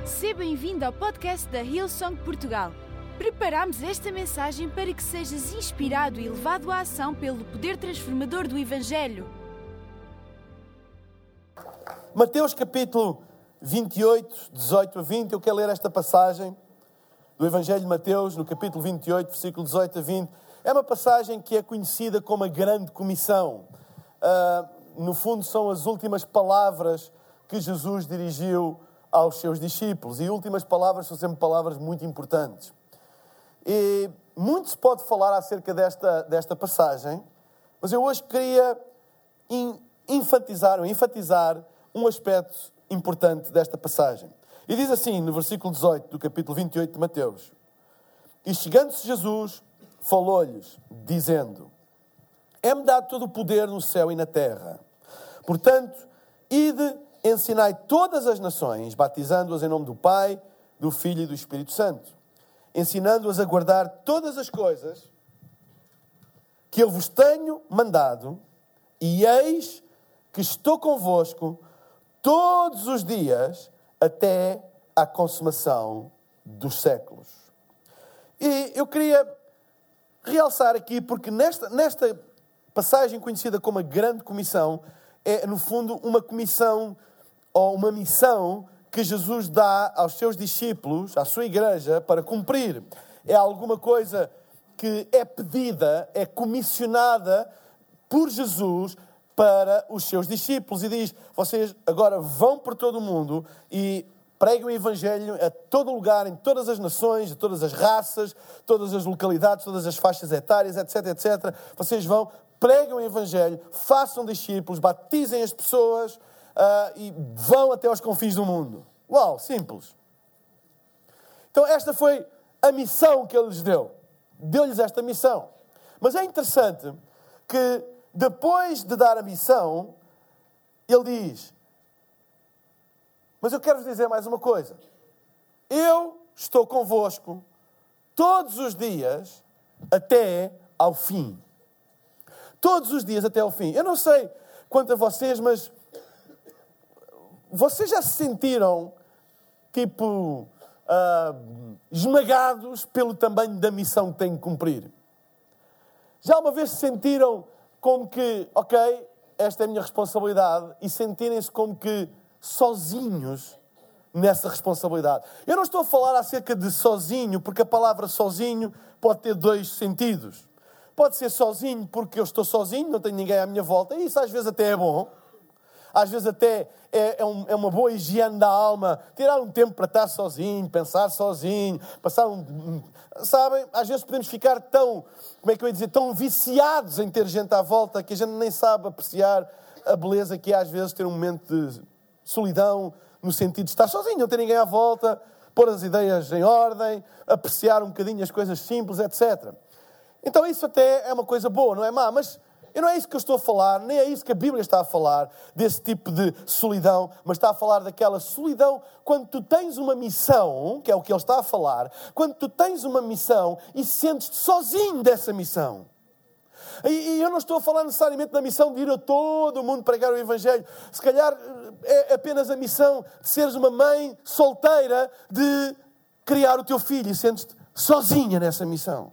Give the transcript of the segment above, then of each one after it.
Seja bem-vindo ao podcast da Hillsong Portugal. Preparamos esta mensagem para que sejas inspirado e levado à ação pelo poder transformador do Evangelho. Mateus capítulo 28, 18 a 20, eu quero ler esta passagem do Evangelho de Mateus, no capítulo 28, versículo 18 a 20. É uma passagem que é conhecida como a Grande Comissão. No fundo, são as últimas palavras que Jesus dirigiu aos seus discípulos. E últimas palavras são sempre palavras muito importantes. E muito se pode falar acerca desta passagem, mas eu hoje queria enfatizar um aspecto importante desta passagem. E diz assim, no versículo 18 do capítulo 28 de Mateus: E chegando-se Jesus, falou-lhes, dizendo: É-me dado todo o poder no céu e na terra. Portanto, ide, ensinai todas as nações, batizando-as em nome do Pai, do Filho e do Espírito Santo, ensinando-as a guardar todas as coisas que eu vos tenho mandado, e eis que estou convosco todos os dias até à consumação dos séculos. E eu queria realçar aqui, porque nesta passagem conhecida como a Grande Comissão, é no fundo uma comissão ou uma missão que Jesus dá aos seus discípulos, à sua igreja, para cumprir. É alguma coisa que é pedida, é comissionada por Jesus para os seus discípulos. E diz: vocês agora vão por todo o mundo e pregam o Evangelho a todo lugar, em todas as nações, a todas as raças, todas as localidades, todas as faixas etárias, etc, etc. Vocês vão, pregam o Evangelho, façam discípulos, batizem as pessoas e vão até aos confins do mundo. Uau, simples. Então esta foi a missão que ele lhes deu. Deu-lhes esta missão. Mas é interessante que depois de dar a missão, ele diz: mas eu quero vos dizer mais uma coisa. Eu estou convosco todos os dias até ao fim. Todos os dias até ao fim. Eu não sei quanto a vocês, mas vocês já se sentiram, esmagados pelo tamanho da missão que têm que cumprir? Já uma vez se sentiram como que, ok, esta é a minha responsabilidade, e sentirem-se como que sozinhos nessa responsabilidade? Eu não estou a falar acerca de sozinho, porque a palavra sozinho pode ter dois sentidos. Pode ser sozinho porque eu estou sozinho, não tenho ninguém à minha volta, e isso às vezes até é bom. Às vezes até é uma boa higiene da alma, tirar um tempo para estar sozinho, pensar sozinho, passar sabem, às vezes podemos ficar tão viciados em ter gente à volta que a gente nem sabe apreciar a beleza que é às vezes ter um momento de solidão, no sentido de estar sozinho, não ter ninguém à volta, pôr as ideias em ordem, apreciar um bocadinho as coisas simples, etc. Então isso até é uma coisa boa, não é má, mas não é isso que eu estou a falar, nem é isso que a Bíblia está a falar, desse tipo de solidão, mas está a falar daquela solidão quando tu tens uma missão, que é o que ele está a falar, quando tu tens uma missão e sentes-te sozinho dessa missão. E eu não estou a falar necessariamente da missão de ir a todo o mundo pregar o Evangelho. Se calhar é apenas a missão de seres uma mãe solteira, de criar o teu filho e sentes-te sozinha nessa missão.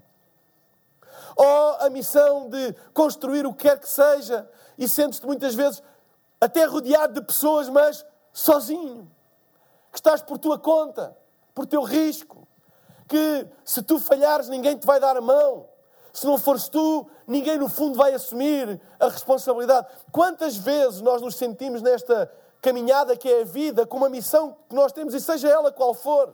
Ou a missão de construir o que quer que seja e sentes-te muitas vezes até rodeado de pessoas, mas sozinho. Que estás por tua conta, por teu risco. Que se tu falhares ninguém te vai dar a mão. Se não fores tu, ninguém no fundo vai assumir a responsabilidade. Quantas vezes nós nos sentimos nesta caminhada que é a vida, com uma missão que nós temos, e seja ela qual for.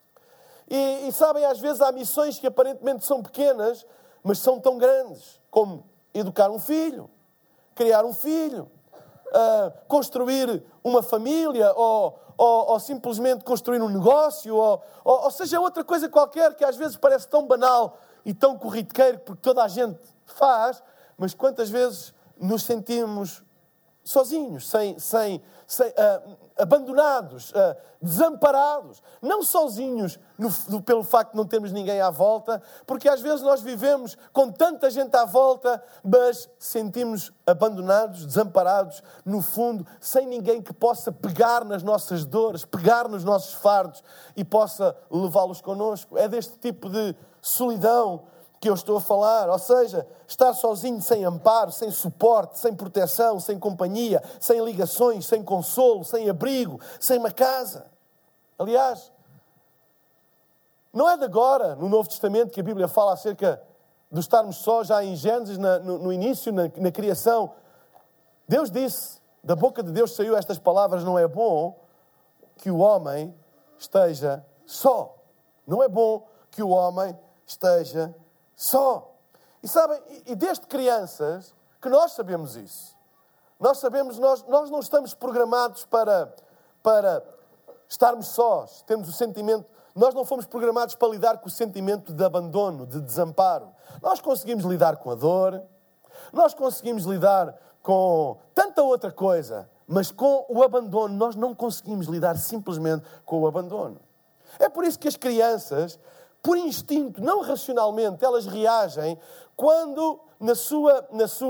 E sabem, às vezes há missões que aparentemente são pequenas, mas são tão grandes, como educar um filho, criar um filho, construir uma família, ou simplesmente construir um negócio, ou seja, outra coisa qualquer que às vezes parece tão banal e tão corriqueiro, porque toda a gente faz, mas quantas vezes nos sentimos sozinhos, abandonados, desamparados, não sozinhos pelo facto de não termos ninguém à volta, porque às vezes nós vivemos com tanta gente à volta, mas sentimos abandonados, desamparados, no fundo, sem ninguém que possa pegar nas nossas dores, pegar nos nossos fardos e possa levá-los connosco. É deste tipo de solidão que eu estou a falar, ou seja, estar sozinho sem amparo, sem suporte, sem proteção, sem companhia, sem ligações, sem consolo, sem abrigo, sem uma casa. Aliás, não é de agora, no Novo Testamento, que a Bíblia fala acerca de estarmos sós, já em Gênesis, no início, na criação. Deus disse, da boca de Deus saiu estas palavras: não é bom que o homem esteja só. Não é bom que o homem esteja só. E sabem, e desde crianças que nós sabemos isso. Nós sabemos, nós não estamos programados para estarmos sós. Temos o sentimento, nós não fomos programados para lidar com o sentimento de abandono, de desamparo. Nós conseguimos lidar com a dor, nós conseguimos lidar com tanta outra coisa, mas com o abandono nós não conseguimos lidar simplesmente com o abandono. É por isso que as crianças, por instinto, não racionalmente, elas reagem quando, na sua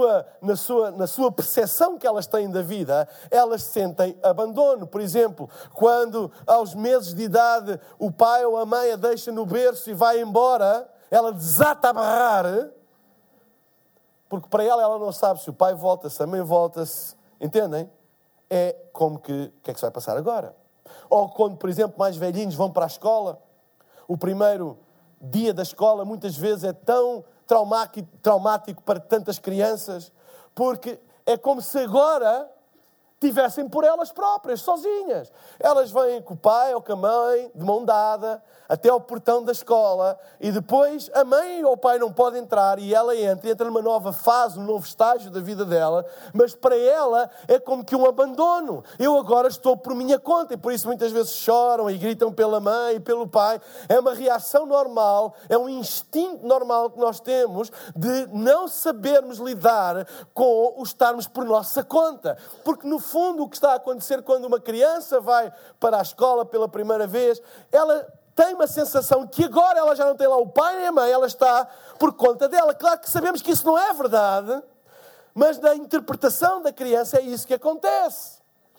percepção que elas têm da vida, elas sentem abandono. Por exemplo, quando aos meses de idade o pai ou a mãe a deixa no berço e vai embora, ela desata a berrar, porque para ela não sabe se o pai volta, se a mãe volta, entendem? É como que, o que é que se vai passar agora? Ou quando, por exemplo, mais velhinhos vão para a escola, o primeiro dia da escola muitas vezes é tão traumático para tantas crianças, porque é como se agora tivessem por elas próprias, sozinhas. Elas vêm com o pai ou com a mãe, de mão dada, até ao portão da escola, e depois a mãe ou o pai não pode entrar, e ela entra numa nova fase, num novo estágio da vida dela, mas para ela é como que um abandono. Eu agora estou por minha conta, e por isso muitas vezes choram e gritam pela mãe e pelo pai. É uma reação normal, é um instinto normal que nós temos de não sabermos lidar com o estarmos por nossa conta. Porque no fundo o que está a acontecer quando uma criança vai para a escola pela primeira vez, ela tem uma sensação que agora ela já não tem lá o pai nem a mãe, ela está por conta dela. Claro que sabemos que isso não é verdade, mas na interpretação da criança é isso que acontece.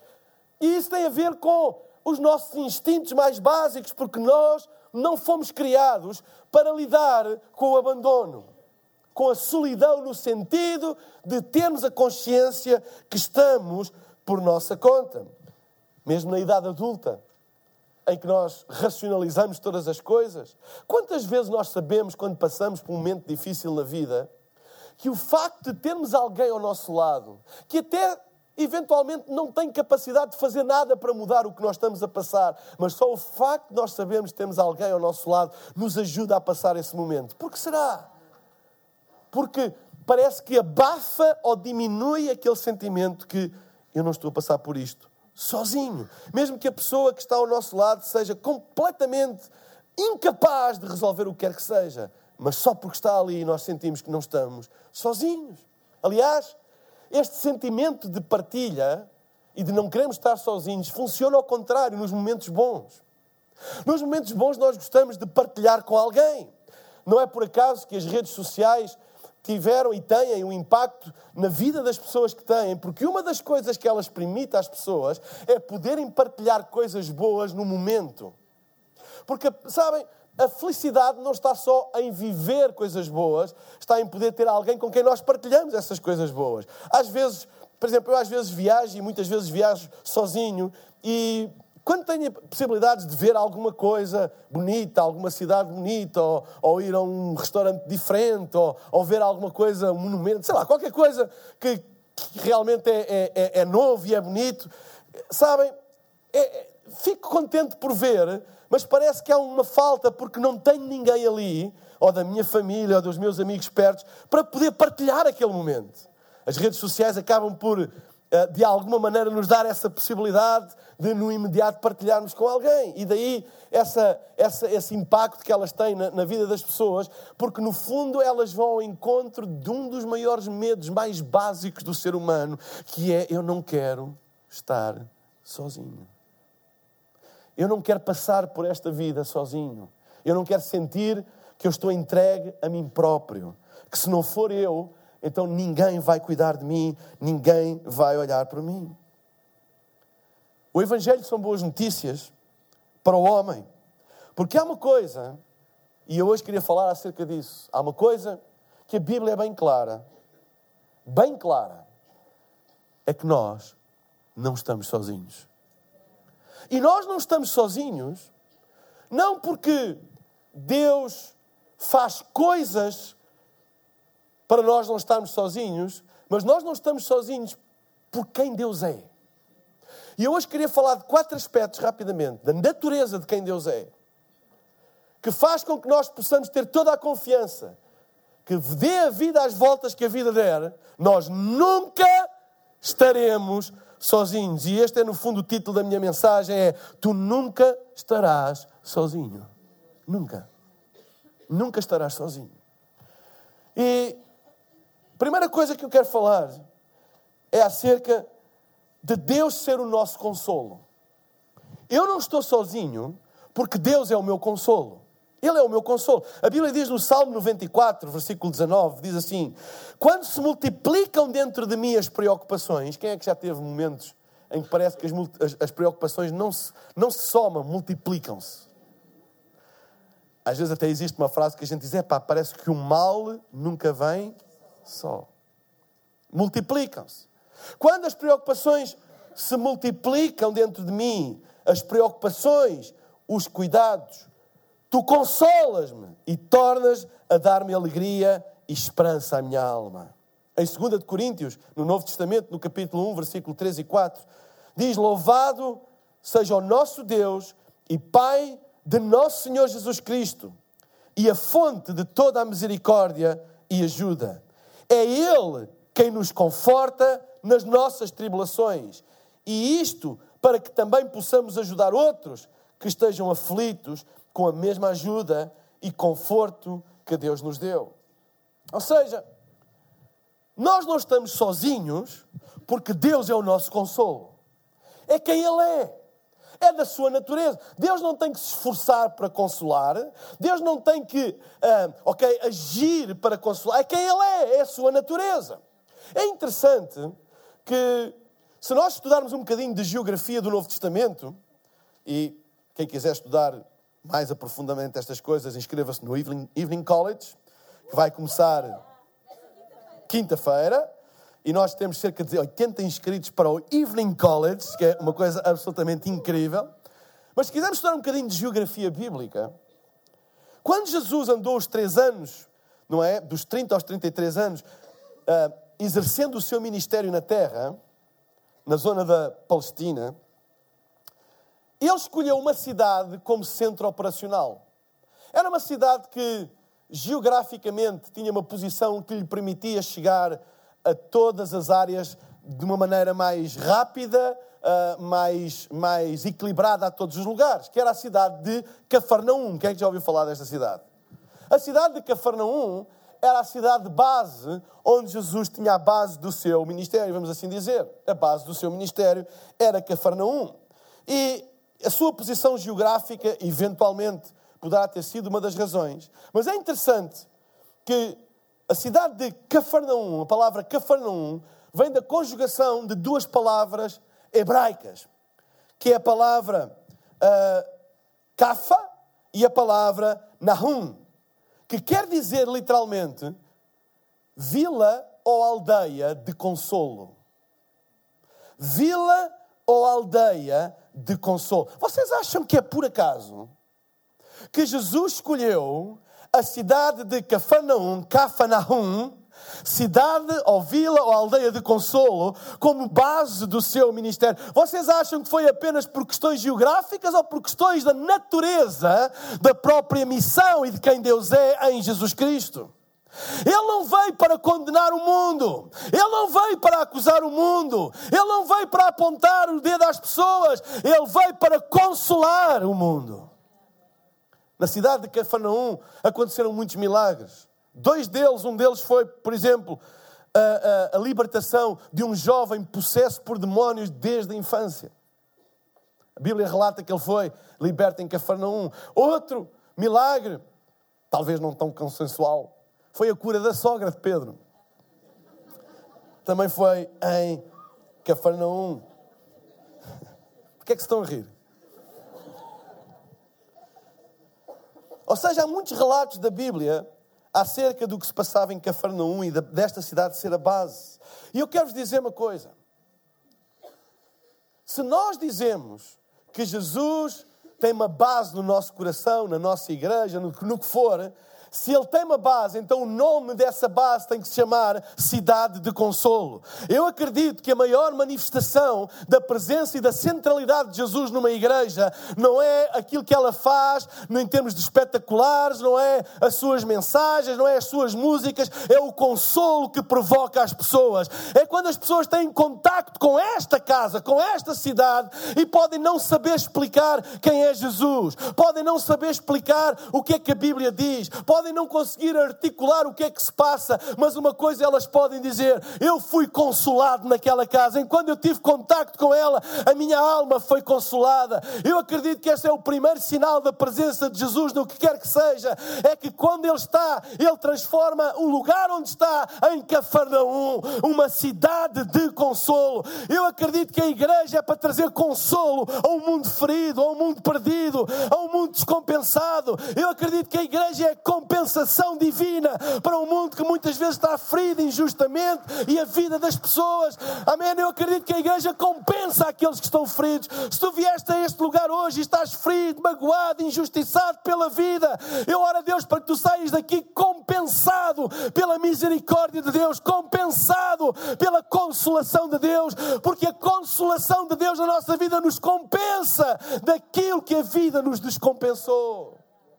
E isso tem a ver com os nossos instintos mais básicos, porque nós não fomos criados para lidar com o abandono, com a solidão no sentido de termos a consciência que estamos por nossa conta. Mesmo na idade adulta, em que nós racionalizamos todas as coisas. Quantas vezes nós sabemos, quando passamos por um momento difícil na vida, que o facto de termos alguém ao nosso lado, que até eventualmente não tem capacidade de fazer nada para mudar o que nós estamos a passar, mas só o facto de nós sabermos que temos alguém ao nosso lado nos ajuda a passar esse momento. Por que será? Porque parece que abafa ou diminui aquele sentimento que eu não estou a passar por isto sozinho. Mesmo que a pessoa que está ao nosso lado seja completamente incapaz de resolver o que quer que seja, mas só porque está ali nós sentimos que não estamos sozinhos. Aliás, este sentimento de partilha e de não queremos estar sozinhos funciona ao contrário nos momentos bons. Nos momentos bons nós gostamos de partilhar com alguém. Não é por acaso que as redes sociais tiveram e têm um impacto na vida das pessoas que têm, porque uma das coisas que elas permitem às pessoas é poderem partilhar coisas boas no momento. Porque, sabem, a felicidade não está só em viver coisas boas, está em poder ter alguém com quem nós partilhamos essas coisas boas. Às vezes, por exemplo, eu às vezes viajo e muitas vezes viajo sozinho e quando tenho possibilidades de ver alguma coisa bonita, alguma cidade bonita, ou ir a um restaurante diferente, ou ver alguma coisa, um monumento, sei lá, qualquer coisa que realmente é novo e é bonito, sabem, fico contente por ver, mas parece que há uma falta porque não tenho ninguém ali, ou da minha família, ou dos meus amigos perto, para poder partilhar aquele momento. As redes sociais acabam por, de alguma maneira, nos dar essa possibilidade de, no imediato, partilharmos com alguém. E daí esse impacto que elas têm na vida das pessoas, porque, no fundo, elas vão ao encontro de um dos maiores medos mais básicos do ser humano, que é: eu não quero estar sozinho. Eu não quero passar por esta vida sozinho. Eu não quero sentir que eu estou entregue a mim próprio. Que se não for eu, então ninguém vai cuidar de mim, ninguém vai olhar por mim. O Evangelho são boas notícias para o homem. Porque há uma coisa, e eu hoje queria falar acerca disso, há uma coisa que a Bíblia é bem clara, é que nós não estamos sozinhos. E nós não estamos sozinhos, não porque Deus faz coisas para nós não estarmos sozinhos, mas nós não estamos sozinhos por quem Deus é. E eu hoje queria falar de 4 aspectos, rapidamente, da natureza de quem Deus é, que faz com que nós possamos ter toda a confiança, que dê a vida às voltas que a vida der, nós nunca estaremos sozinhos. E este é, no fundo, o título da minha mensagem, é: tu nunca estarás sozinho. Nunca. Nunca estarás sozinho. E a primeira coisa que eu quero falar é acerca de Deus ser o nosso consolo. Eu não estou sozinho porque Deus é o meu consolo. Ele é o meu consolo. A Bíblia diz no Salmo 94, versículo 19, diz assim: quando se multiplicam dentro de mim as preocupações, quem é que já teve momentos em que parece que as preocupações não se somam, multiplicam-se? Às vezes até existe uma frase que a gente diz: parece que o mal nunca vem só. Multiplicam-se. Quando as preocupações se multiplicam dentro de mim, as preocupações, os cuidados, tu consolas-me e tornas a dar-me alegria e esperança à minha alma. Em 2 de Coríntios, no Novo Testamento, no capítulo 1, versículo 3 e 4, diz: louvado seja o nosso Deus e Pai de nosso Senhor Jesus Cristo, e a fonte de toda a misericórdia e ajuda. É Ele quem nos conforta nas nossas tribulações, e isto para que também possamos ajudar outros que estejam aflitos com a mesma ajuda e conforto que Deus nos deu. Ou seja, nós não estamos sozinhos porque Deus é o nosso consolo. É quem Ele é. É da sua natureza. Deus não tem que se esforçar para consolar. Deus não tem que agir para consolar. É quem Ele é a sua natureza. É interessante que, se nós estudarmos um bocadinho de geografia do Novo Testamento, e quem quiser estudar mais aprofundadamente estas coisas, inscreva-se no Evening College, que vai começar quinta-feira. E nós temos cerca de 80 inscritos para o Evening College, que é uma coisa absolutamente incrível. Mas se quisermos estudar um bocadinho de geografia bíblica, quando Jesus andou os 3 anos, não é? Dos 30 aos 33 anos, exercendo o seu ministério na terra, na zona da Palestina, ele escolheu uma cidade como centro operacional. Era uma cidade que, geograficamente, tinha uma posição que lhe permitia chegar a todas as áreas de uma maneira mais rápida, mais equilibrada a todos os lugares, que era a cidade de Cafarnaum. Quem é que já ouviu falar desta cidade? A cidade de Cafarnaum era a cidade base onde Jesus tinha a base do seu ministério, vamos assim dizer. A base do seu ministério era Cafarnaum. E a sua posição geográfica, eventualmente, poderá ter sido uma das razões. Mas é interessante que a cidade de Cafarnaum, a palavra Cafarnaum, vem da conjugação de 2 palavras hebraicas, que é a palavra Cafa e a palavra Nahum, que quer dizer literalmente vila ou aldeia de consolo. Vila ou aldeia de consolo. Vocês acham que é por acaso que Jesus escolheu a cidade de Cafarnaum, cidade ou vila ou aldeia de consolo, como base do seu ministério? Vocês acham que foi apenas por questões geográficas ou por questões da natureza da própria missão e de quem Deus é em Jesus Cristo? Ele não veio para condenar o mundo. Ele não veio para acusar o mundo. Ele não veio para apontar o dedo às pessoas. Ele veio para consolar o mundo. Na cidade de Cafarnaum aconteceram muitos milagres. 2 deles, um deles foi, por exemplo, a libertação de um jovem possesso por demónios desde a infância. A Bíblia relata que ele foi liberto em Cafarnaum. Outro milagre, talvez não tão consensual, foi a cura da sogra de Pedro. Também foi em Cafarnaum. Por que é que se estão a rir? Ou seja, há muitos relatos da Bíblia acerca do que se passava em Cafarnaum e desta cidade ser a base. E eu quero-vos dizer uma coisa. Se nós dizemos que Jesus tem uma base no nosso coração, na nossa igreja, no que for, se ele tem uma base, então o nome dessa base tem que se chamar Cidade de Consolo. Eu acredito que a maior manifestação da presença e da centralidade de Jesus numa igreja não é aquilo que ela faz em termos de espetaculares, não é as suas mensagens, não é as suas músicas, é o consolo que provoca as pessoas. É quando as pessoas têm contacto com esta casa, com esta cidade e podem não saber explicar quem é Jesus, podem não saber explicar o que é que a Bíblia diz, podem não conseguir articular o que é que se passa, mas uma coisa elas podem dizer: eu fui consolado naquela casa, enquanto eu tive contacto com ela, a minha alma foi consolada. Eu acredito que esse é o primeiro sinal da presença de Jesus no que quer que seja, é que quando Ele está, Ele transforma o lugar onde está em Cafarnaum, uma cidade de consolo. Eu acredito que a igreja é para trazer consolo a um mundo ferido, a um mundo perdido, a um mundo descompensado. Eu acredito que a igreja é compensação divina para um mundo que muitas vezes está ferido injustamente e a vida das pessoas. Amém? Eu acredito que a igreja compensa aqueles que estão feridos. Se tu vieste a este lugar hoje e estás ferido, magoado, injustiçado pela vida, eu oro a Deus para que tu saias daqui compensado pela misericórdia de Deus, compensado pela consolação de Deus, porque a consolação de Deus na nossa vida nos compensa daquilo que a vida nos descompensou.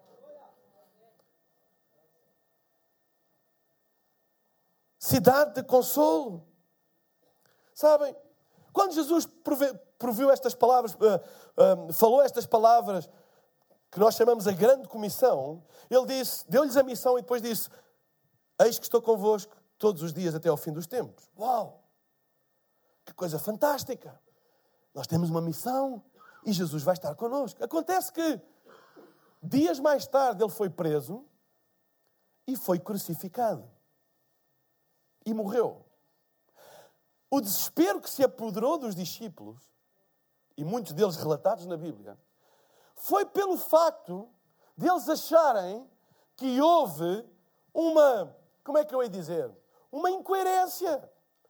Cidade de consolo. Sabem, quando Jesus proviu estas palavras, falou estas palavras que nós chamamos a grande comissão, ele disse, deu-lhes a missão e depois disse: eis que estou convosco todos os dias até ao fim dos tempos. Uau! Que coisa fantástica! Nós temos uma missão e Jesus vai estar connosco. Acontece que dias mais tarde ele foi preso e foi crucificado. E morreu. O desespero que se apoderou dos discípulos, e muitos deles relatados na Bíblia, foi pelo facto de eles acharem que houve uma, como é que eu ia dizer? Uma incoerência.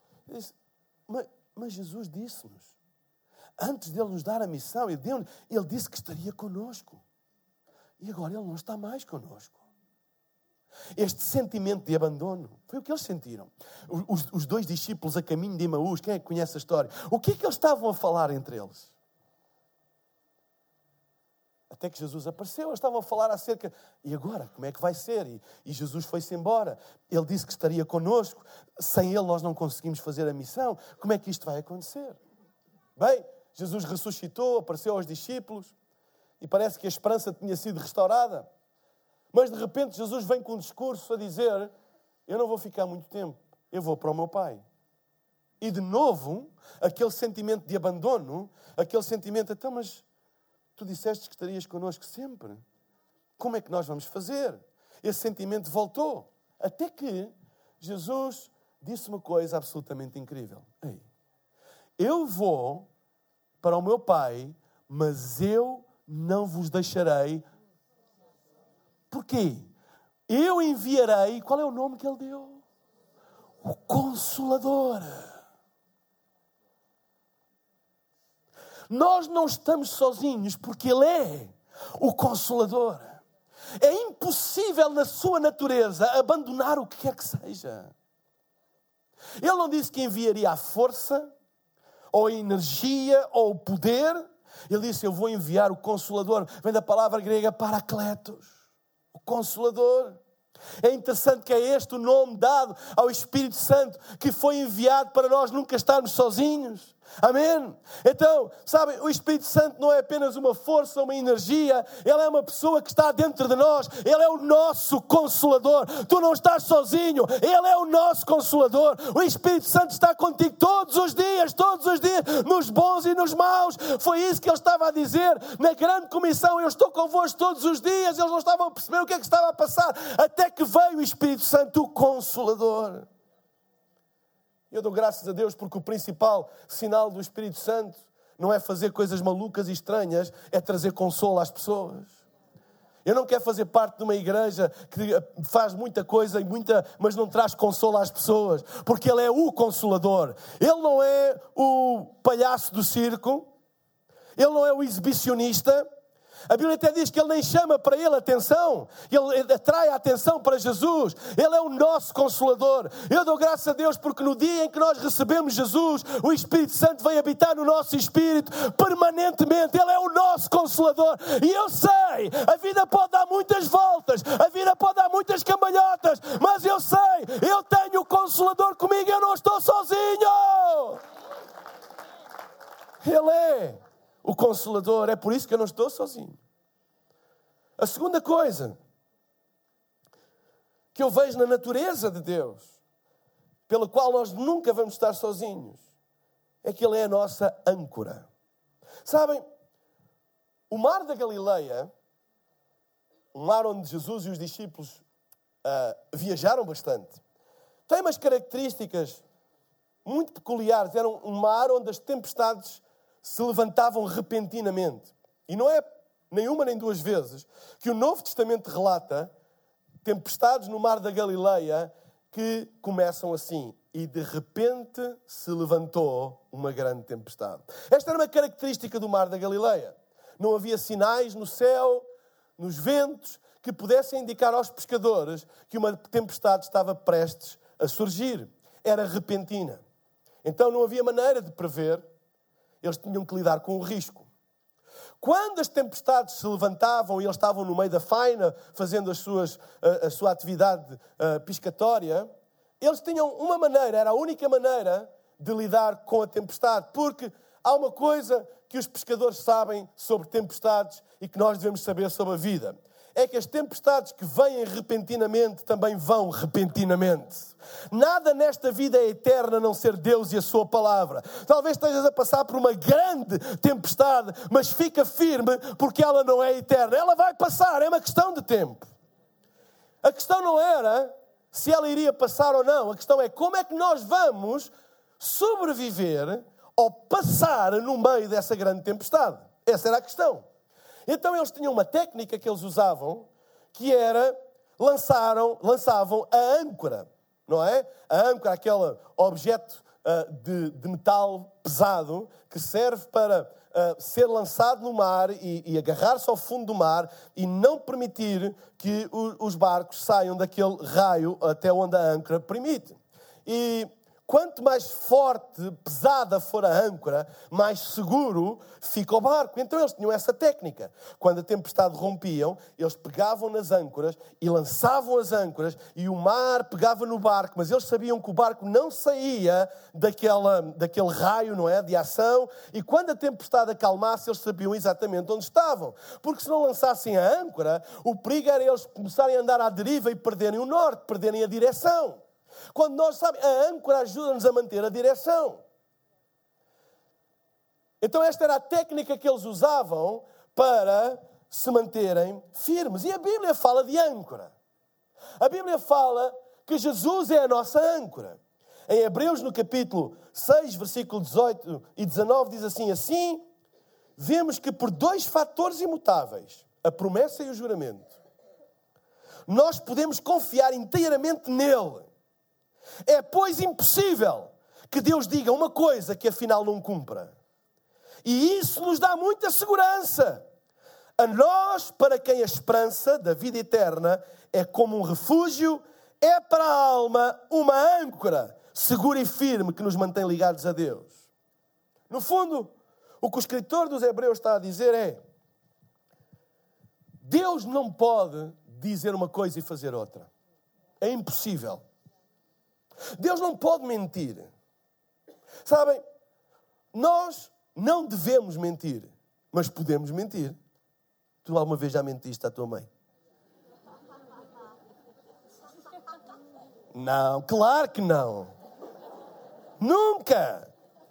Mas Jesus disse-nos, antes de Ele nos dar a missão, Ele disse que estaria connosco. E agora Ele não está mais connosco. Este sentimento de abandono foi o que eles sentiram. Os dois discípulos a caminho de Emaús, quem é que conhece a história? O que é que eles estavam a falar entre eles? Até que Jesus apareceu, eles estavam a falar acerca, e agora, como é que vai ser? E Jesus foi-se embora. Ele disse que estaria connosco. Sem Ele nós não conseguimos fazer a missão. Como é que isto vai acontecer? Bem, Jesus ressuscitou, apareceu aos discípulos, e parece que a esperança tinha sido restaurada. Mas de repente Jesus vem com um discurso a dizer: eu não vou ficar muito tempo, eu vou para o meu Pai. E de novo, aquele sentimento de abandono, aquele sentimento, então, mas tu disseste que estarias connosco sempre. Como é que nós vamos fazer? Esse sentimento voltou. Até que Jesus disse uma coisa absolutamente incrível. Ei, eu vou para o meu Pai, mas eu não vos deixarei. Porquê? Eu enviarei, qual é o nome que Ele deu? O Consolador. Nós não estamos sozinhos porque Ele é o Consolador. É impossível na sua natureza abandonar o que quer que seja. Ele não disse que enviaria a força, ou a energia, ou o poder. Ele disse: eu vou enviar o Consolador. Vem da palavra grega Paracletos. O Consolador. É interessante que é este o nome dado ao Espírito Santo, que foi enviado para nós nunca estarmos sozinhos. Amém? Então, sabem, o Espírito Santo não é apenas uma força, uma energia. Ele é uma pessoa que está dentro de nós. Ele é o nosso Consolador. Tu não estás sozinho. Ele é o nosso Consolador. O Espírito Santo está contigo todos os dias, nos bons e nos maus. Foi isso que ele estava a dizer na grande comissão. Eu estou convosco todos os dias. Eles não estavam a perceber o que é que estava a passar. Até que veio o Espírito Santo, o Consolador. Eu dou graças a Deus porque o principal sinal do Espírito Santo não é fazer coisas malucas e estranhas, é trazer consolo às pessoas. Eu não quero fazer parte de uma igreja que faz muita coisa, mas não traz consolo às pessoas, porque Ele é o Consolador. Ele não é o palhaço do circo, Ele não é o exibicionista. A Bíblia até diz que Ele nem chama para Ele atenção. Ele atrai a atenção para Jesus. Ele é o nosso Consolador. Eu dou graças a Deus porque no dia em que nós recebemos Jesus, o Espírito Santo vem habitar no nosso espírito permanentemente. Ele é o nosso Consolador. E eu sei, a vida pode dar muitas voltas, a vida pode dar muitas cambalhotas, mas eu sei, eu tenho o Consolador comigo, eu não estou sozinho. Ele é o Consolador, é por isso que eu não estou sozinho. A segunda coisa que eu vejo na natureza de Deus, pela qual nós nunca vamos estar sozinhos, é que Ele é a nossa âncora. Sabem, o mar da Galileia, um mar onde Jesus e os discípulos viajaram bastante, tem umas características muito peculiares. Era um mar onde as tempestades se levantavam repentinamente. E não é nenhuma nem duas vezes que o Novo Testamento relata tempestades no mar da Galileia que começam assim. E de repente se levantou uma grande tempestade. Esta era uma característica do mar da Galileia. Não havia sinais no céu, nos ventos, que pudessem indicar aos pescadores que uma tempestade estava prestes a surgir. Era repentina. Então não havia maneira de prever. Eles tinham que lidar com o risco. Quando as tempestades se levantavam e eles estavam no meio da faina, fazendo a sua atividade pescatória, eles tinham uma maneira, era a única maneira de lidar com a tempestade. Porque há uma coisa que os pescadores sabem sobre tempestades e que nós devemos saber sobre a vida. É que as tempestades que vêm repentinamente também vão repentinamente. Nada nesta vida é eterno a não ser Deus e a sua palavra. Talvez estejas a passar por uma grande tempestade, mas fica firme porque ela não é eterna. Ela vai passar, é uma questão de tempo. A questão não era se ela iria passar ou não. A questão é como é que nós vamos sobreviver ou passar no meio dessa grande tempestade. Essa era a questão. Então eles tinham uma técnica que eles usavam, que era, lançavam a âncora, não é? A âncora, aquele objeto de metal pesado, que serve para ser lançado no mar e agarrar-se ao fundo do mar e não permitir que os barcos saiam daquele raio até onde a âncora permite. E quanto mais forte, pesada for a âncora, mais seguro fica o barco. Então eles tinham essa técnica. Quando a tempestade rompiam, eles pegavam nas âncoras e lançavam as âncoras e o mar pegava no barco. Mas eles sabiam que o barco não saía daquele raio, não é, de ação. E quando a tempestade acalmasse, eles sabiam exatamente onde estavam. Porque se não lançassem a âncora, o perigo era eles começarem a andar à deriva e perderem o norte, perderem a direção. Quando nós sabemos, a âncora ajuda-nos a manter a direção. Então esta era a técnica que eles usavam para se manterem firmes. E a Bíblia fala de âncora. A Bíblia fala que Jesus é a nossa âncora. Em Hebreus, no capítulo 6, versículo 18 e 19, diz assim: assim, vemos que por dois fatores imutáveis, a promessa e o juramento, nós podemos confiar inteiramente nele. É, pois, impossível que Deus diga uma coisa que afinal não cumpra. E isso nos dá muita segurança. A nós, para quem a esperança da vida eterna é como um refúgio, é para a alma uma âncora segura e firme que nos mantém ligados a Deus. No fundo, o que o escritor dos Hebreus está a dizer é: Deus não pode dizer uma coisa e fazer outra. É impossível. Deus não pode mentir. Sabem, nós não devemos mentir, mas podemos mentir. Tu alguma vez já mentiste à tua mãe? Não, claro que não. Nunca.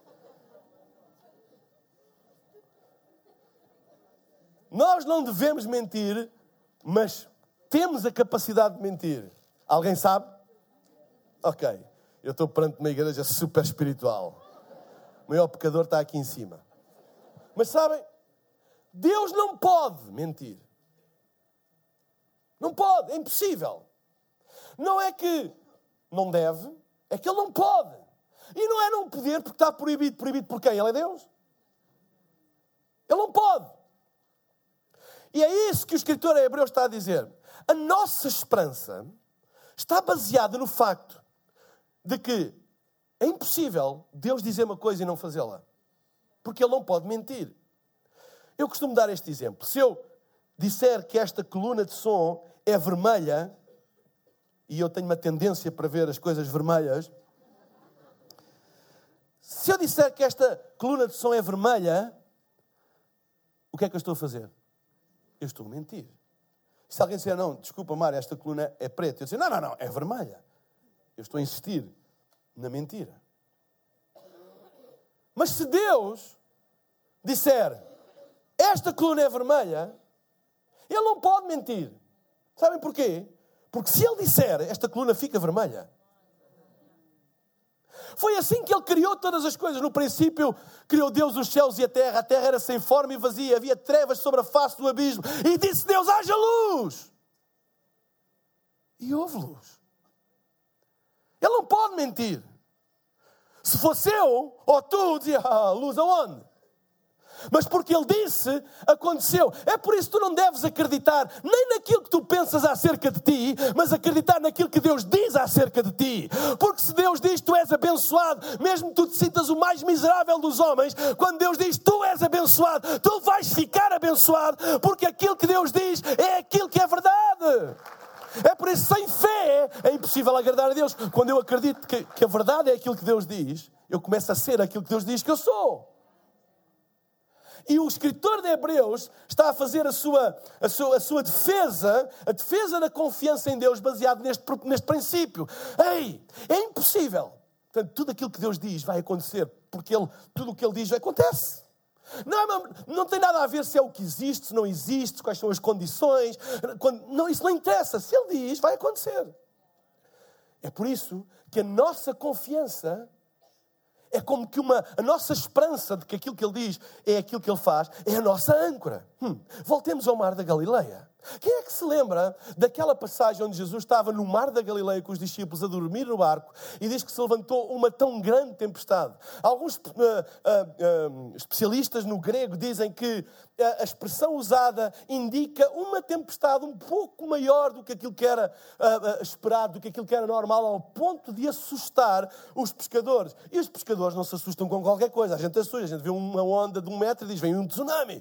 Nós não devemos mentir, mas temos a capacidade de mentir. Alguém sabe? Ok. Eu estou perante uma igreja super espiritual. O maior pecador está aqui em cima. Mas sabem? Deus não pode mentir. Não pode, é impossível. Não é que não deve, é que Ele não pode. E não é não poder porque está proibido. Proibido por quem? Ele é Deus. Ele não pode. E é isso que o escritor em Hebreus está a dizer. A nossa esperança está baseada no facto de que é impossível Deus dizer uma coisa e não fazê-la. Porque Ele não pode mentir. Eu costumo dar este exemplo. Se eu disser que esta coluna de som é vermelha, e eu tenho uma tendência para ver as coisas vermelhas, se eu disser que esta coluna de som é vermelha, o que é que eu estou a fazer? Eu estou a mentir. Se alguém disser, não, desculpa, Mário, esta coluna é preta, eu dizer, não, é vermelha. Eu estou a insistir na mentira. Mas se Deus disser, esta coluna é vermelha, Ele não pode mentir. Sabem porquê? Porque se Ele disser, esta coluna fica vermelha. Foi assim que Ele criou todas as coisas. No princípio, criou Deus os céus e a terra era sem forma e vazia, havia trevas sobre a face do abismo. E disse Deus, haja luz! E houve luz. Ele não pode mentir. Se fosse eu, ou tu, dizia, luz aonde? Mas porque Ele disse, aconteceu. É por isso que tu não deves acreditar nem naquilo que tu pensas acerca de ti, mas acreditar naquilo que Deus diz acerca de ti. Porque se Deus diz tu és abençoado, mesmo que tu te sintas o mais miserável dos homens, quando Deus diz tu és abençoado, tu vais ficar abençoado, porque aquilo que Deus diz é aquilo que é verdade. É por isso, sem fé, é impossível agradar a Deus. Quando eu acredito que a verdade é aquilo que Deus diz, eu começo a ser aquilo que Deus diz que eu sou. E o escritor de Hebreus está a fazer a sua defesa, a defesa da confiança em Deus, baseado neste princípio. Ei, é impossível. Portanto, tudo aquilo que Deus diz vai acontecer, porque tudo o que Ele diz acontece. Não tem nada a ver se é o que existe, se não existe, quais são as condições. Não, isso não interessa. Se Ele diz, vai acontecer. É por isso que a nossa confiança é como que a nossa esperança de que aquilo que Ele diz é aquilo que Ele faz, é a nossa âncora. Voltemos ao Mar da Galileia. Quem é que se lembra daquela passagem onde Jesus estava no Mar da Galileia com os discípulos a dormir no barco e diz que se levantou uma tão grande tempestade? Alguns especialistas no grego dizem que a expressão usada indica uma tempestade um pouco maior do que aquilo que era esperado, do que aquilo que era normal, ao ponto de assustar os pescadores. E os pescadores não se assustam com qualquer coisa. A gente assusta, a gente vê uma onda de 1 metro e diz, vem um tsunami.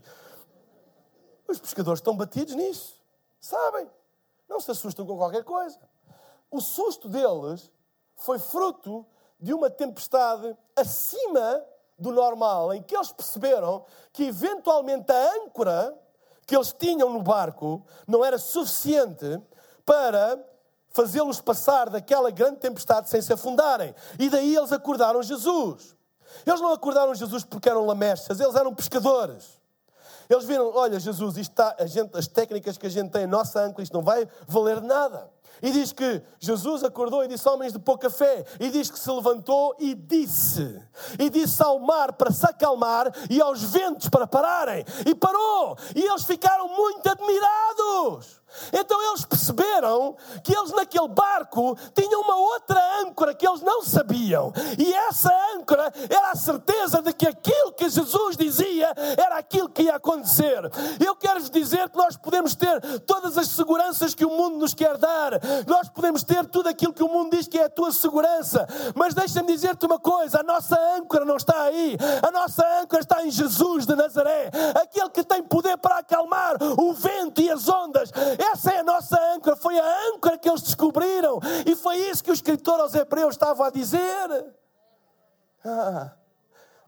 Os pescadores estão batidos nisso. Sabem? Não se assustam com qualquer coisa. O susto deles foi fruto de uma tempestade acima do normal, em que eles perceberam que eventualmente a âncora que eles tinham no barco não era suficiente para fazê-los passar daquela grande tempestade sem se afundarem. E daí eles acordaram Jesus. Eles não acordaram Jesus porque eram lamechas, eles eram pescadores. Eles viram, olha Jesus, as técnicas que a gente tem, a nossa âncora, isto não vai valer nada. E diz que Jesus acordou e disse, homens de pouca fé. E diz que se levantou e disse ao mar para se acalmar e aos ventos para pararem. E parou. E eles ficaram muito admirados. Então eles perceberam que eles naquele barco tinham uma outra âncora que eles não sabiam. E essa âncora era a certeza de que aquilo que Jesus dizia era aquilo que ia acontecer. Eu quero-vos dizer que nós podemos ter todas as seguranças que o mundo nos quer dar. Nós podemos ter tudo aquilo que o mundo diz que é a tua segurança. Mas deixa-me dizer-te uma coisa, a nossa âncora não está aí. A nossa âncora está em Jesus de Nazaré. Aquele que tem poder para acalmar o vento e as ondas. Essa é a nossa âncora, foi a âncora que eles descobriram. E foi isso que o escritor aos Hebreus estava a dizer.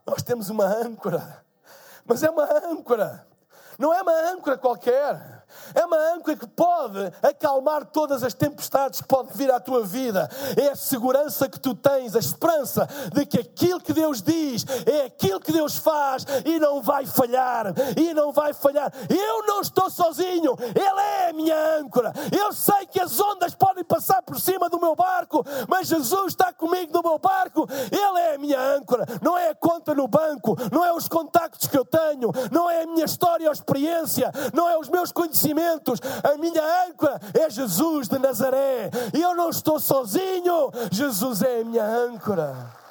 Nós temos uma âncora. Mas é uma âncora. Não é uma âncora qualquer. É uma âncora que pode acalmar todas as tempestades que podem vir à tua vida. É a segurança que tu tens, a esperança de que aquilo que Deus diz é aquilo que Deus faz e não vai falhar. E não vai falhar. Eu não estou sozinho. Ele é a minha âncora. Eu sei que as ondas podem passar por cima do meu barco, mas Jesus está comigo no meu barco. Ele é a minha âncora. Não é a conta no banco, não é os contactos que eu tenho, não é a minha história ou experiência, não é os meus conhecimentos. A minha âncora é Jesus de Nazaré. E eu não estou sozinho. Jesus é a minha âncora.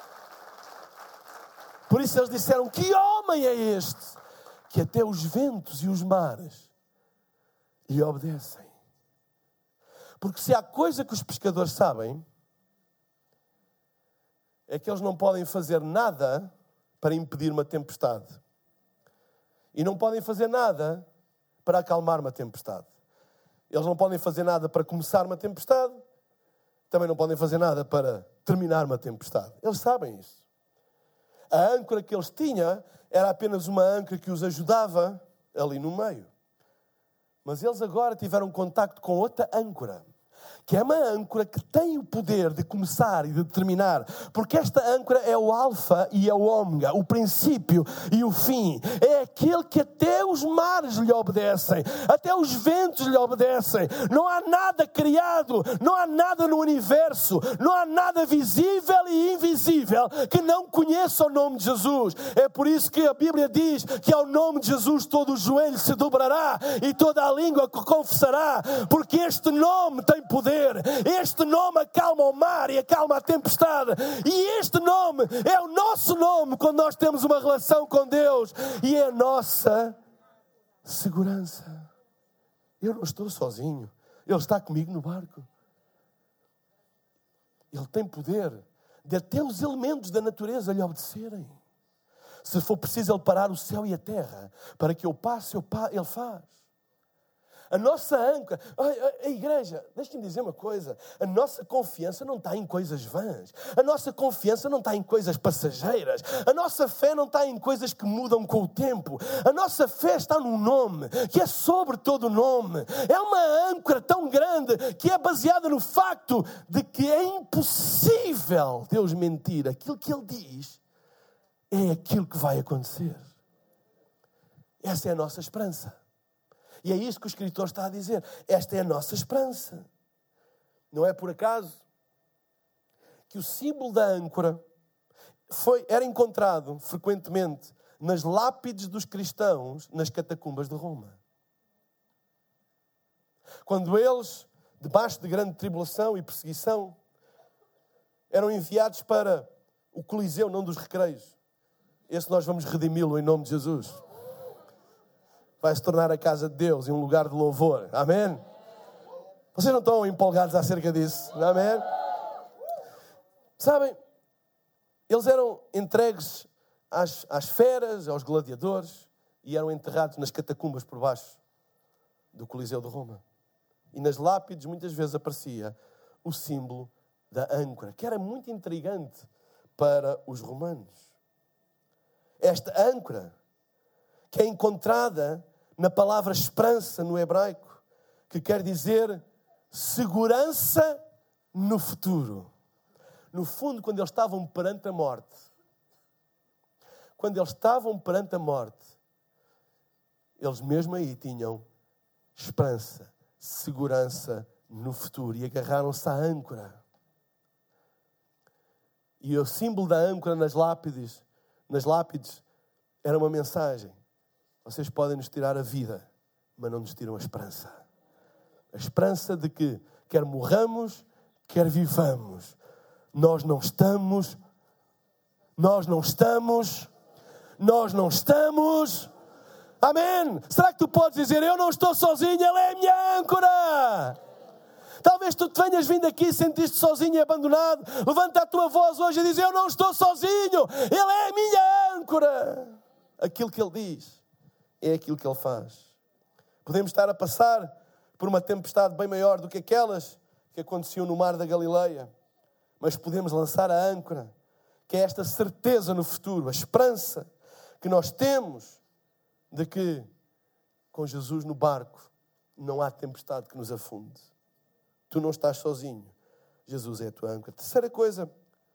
Por isso eles disseram: que homem é este que até os ventos e os mares lhe obedecem? Porque se há coisa que os pescadores sabem, é que eles não podem fazer nada para impedir uma tempestade. E não podem fazer nada para acalmar uma tempestade. Eles não podem fazer nada para começar uma tempestade. Também não podem fazer nada para terminar uma tempestade. Eles sabem isso. A âncora que eles tinham era apenas uma âncora que os ajudava ali no meio. Mas eles agora tiveram contacto com outra âncora, que é uma âncora que tem o poder de começar e de terminar, porque esta âncora é o alfa e é o ômega, o princípio e o fim. É aquele que até os mares lhe obedecem, até os ventos lhe obedecem. Não há nada criado, não há nada no universo, não há nada visível e invisível que não conheça o nome de Jesus. É por isso que a Bíblia diz que ao nome de Jesus todo o joelho se dobrará e toda a língua confessará, porque este nome tem poder. Este nome acalma o mar e acalma a tempestade. E este nome é o nosso nome quando nós temos uma relação com Deus. E é a nossa segurança. Eu não estou sozinho. Ele está comigo no barco. Ele tem poder de até os elementos da natureza lhe obedecerem. Se for preciso ele parar o céu e a terra para que eu passe, ele faz. A nossa âncora, a igreja, deixem-me dizer uma coisa, a nossa confiança não está em coisas vãs, a nossa confiança não está em coisas passageiras, a nossa fé não está em coisas que mudam com o tempo, a nossa fé está num nome, que é sobre todo o nome. É uma âncora tão grande que é baseada no facto de que é impossível Deus mentir. Aquilo que Ele diz é aquilo que vai acontecer. Essa é a nossa esperança. E é isso que o escritor está a dizer. Esta é a nossa esperança. Não é por acaso que o símbolo da âncora era encontrado frequentemente nas lápides dos cristãos nas catacumbas de Roma. Quando eles, debaixo de grande tribulação e perseguição, eram enviados para o Coliseu, não dos Recreios. Esse nós vamos redimi-lo em nome de Jesus. Vai se tornar a casa de Deus e um lugar de louvor. Amém? Vocês não estão empolgados acerca disso? Amém? Sabem, eles eram entregues às feras, aos gladiadores, e eram enterrados nas catacumbas por baixo do Coliseu de Roma. E nas lápides muitas vezes aparecia o símbolo da âncora, que era muito intrigante para os romanos. Esta âncora, que é encontrada na palavra esperança no hebraico, que quer dizer segurança no futuro. No fundo, quando eles estavam perante a morte, eles mesmo aí tinham esperança, segurança no futuro e agarraram-se à âncora. E o símbolo da âncora nas lápides era uma mensagem. Vocês podem nos tirar a vida, mas não nos tiram a esperança. A esperança de que, quer morramos, quer vivamos, nós não estamos. Amém? Será que tu podes dizer: eu não estou sozinho, Ele é a minha âncora? Talvez tu tenhas vindo aqui e sentiste sozinho e abandonado. Levanta a tua voz hoje e diz: eu não estou sozinho, Ele é a minha âncora. Aquilo que Ele diz é aquilo que Ele faz. Podemos estar a passar por uma tempestade bem maior do que aquelas que aconteciam no mar da Galileia, mas podemos lançar a âncora, que é esta certeza no futuro, a esperança que nós temos de que com Jesus no barco não há tempestade que nos afunde. Tu não estás sozinho. Jesus é a tua âncora. Terceira coisa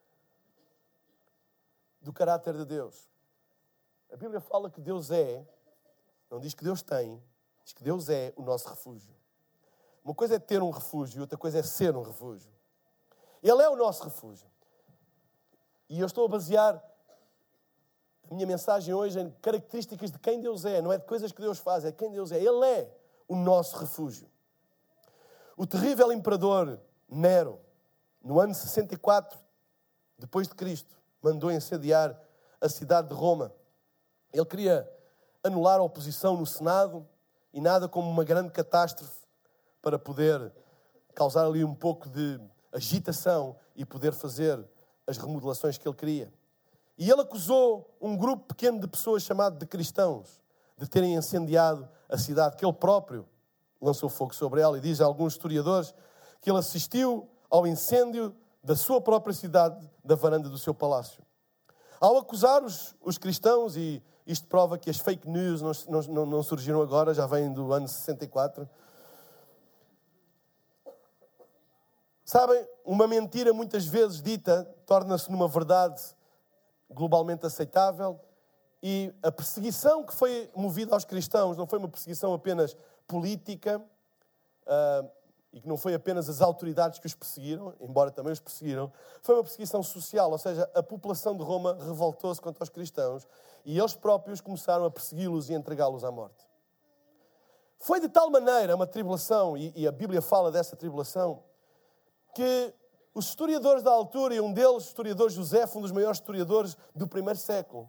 do caráter de Deus. A Bíblia fala que Deus é, não diz que Deus tem, diz que Deus é o nosso refúgio. Uma coisa é ter um refúgio e outra coisa é ser um refúgio. Ele é o nosso refúgio. E eu estou a basear a minha mensagem hoje em características de quem Deus é. Não é de coisas que Deus faz, é quem Deus é. Ele é o nosso refúgio. O terrível imperador Nero, no ano 64 depois de Cristo, mandou incendiar a cidade de Roma. Ele queria anular a oposição no Senado e nada como uma grande catástrofe para poder causar ali um pouco de agitação e poder fazer as remodelações que ele queria. E ele acusou um grupo pequeno de pessoas chamado de cristãos de terem incendiado a cidade, que ele próprio lançou fogo sobre ela. E diz a alguns historiadores que ele assistiu ao incêndio da sua própria cidade, da varanda do seu palácio. Ao acusar os cristãos, e isto prova que as fake news não surgiram agora, já vêm do ano 64. Sabem, uma mentira muitas vezes dita torna-se numa verdade globalmente aceitável, e a perseguição que foi movida aos cristãos não foi uma perseguição apenas política, e que não foi apenas as autoridades que os perseguiram, embora também os perseguiram, foi uma perseguição social, ou seja, a população de Roma revoltou-se contra os cristãos e eles próprios começaram a persegui-los e entregá-los à morte. Foi de tal maneira uma tribulação, e a Bíblia fala dessa tribulação, que os historiadores da altura, e um deles, o historiador José, um dos maiores historiadores do primeiro século,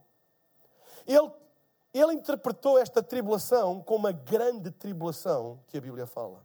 ele interpretou esta tribulação como uma grande tribulação que a Bíblia fala.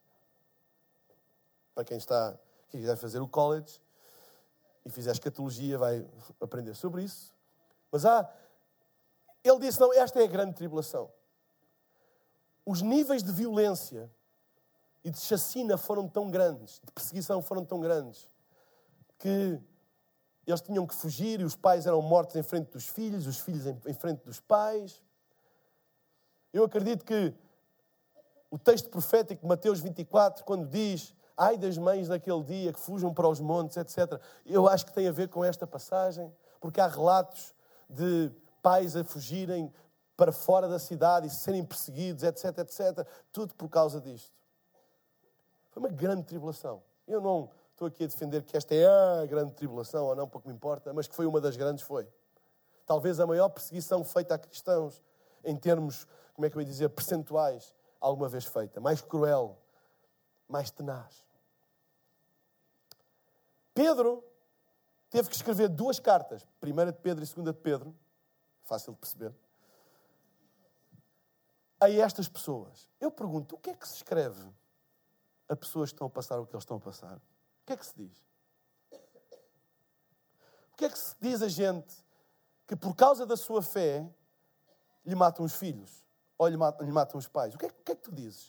Para quem quiser fazer o college e fizer escatologia, vai aprender sobre isso. Mas ele disse, não, esta é a grande tribulação. Os níveis de violência e de chacina foram tão grandes, de perseguição foram tão grandes, que eles tinham que fugir e os pais eram mortos em frente dos filhos, os filhos em frente dos pais. Eu acredito que o texto profético de Mateus 24, quando diz: ai das mães naquele dia que fujam para os montes, etc. Eu acho que tem a ver com esta passagem, porque há relatos de pais a fugirem para fora da cidade e serem perseguidos, etc, etc. Tudo por causa disto. Foi uma grande tribulação. Eu não estou aqui a defender que esta é a grande tribulação, ou não, pouco me importa, mas que foi uma das grandes, foi. Talvez a maior perseguição feita a cristãos, em termos, como é que eu ia dizer, percentuais, alguma vez feita. Mais cruel, mais tenaz. Pedro teve que escrever 2 cartas, 1 de Pedro e 2 de Pedro, fácil de perceber, a estas pessoas. Eu pergunto, o que é que se escreve a pessoas que estão a passar o que eles estão a passar? O que é que se diz? O que é que se diz a gente que por causa da sua fé lhe matam os filhos ou lhe matam os pais? O que é que tu dizes?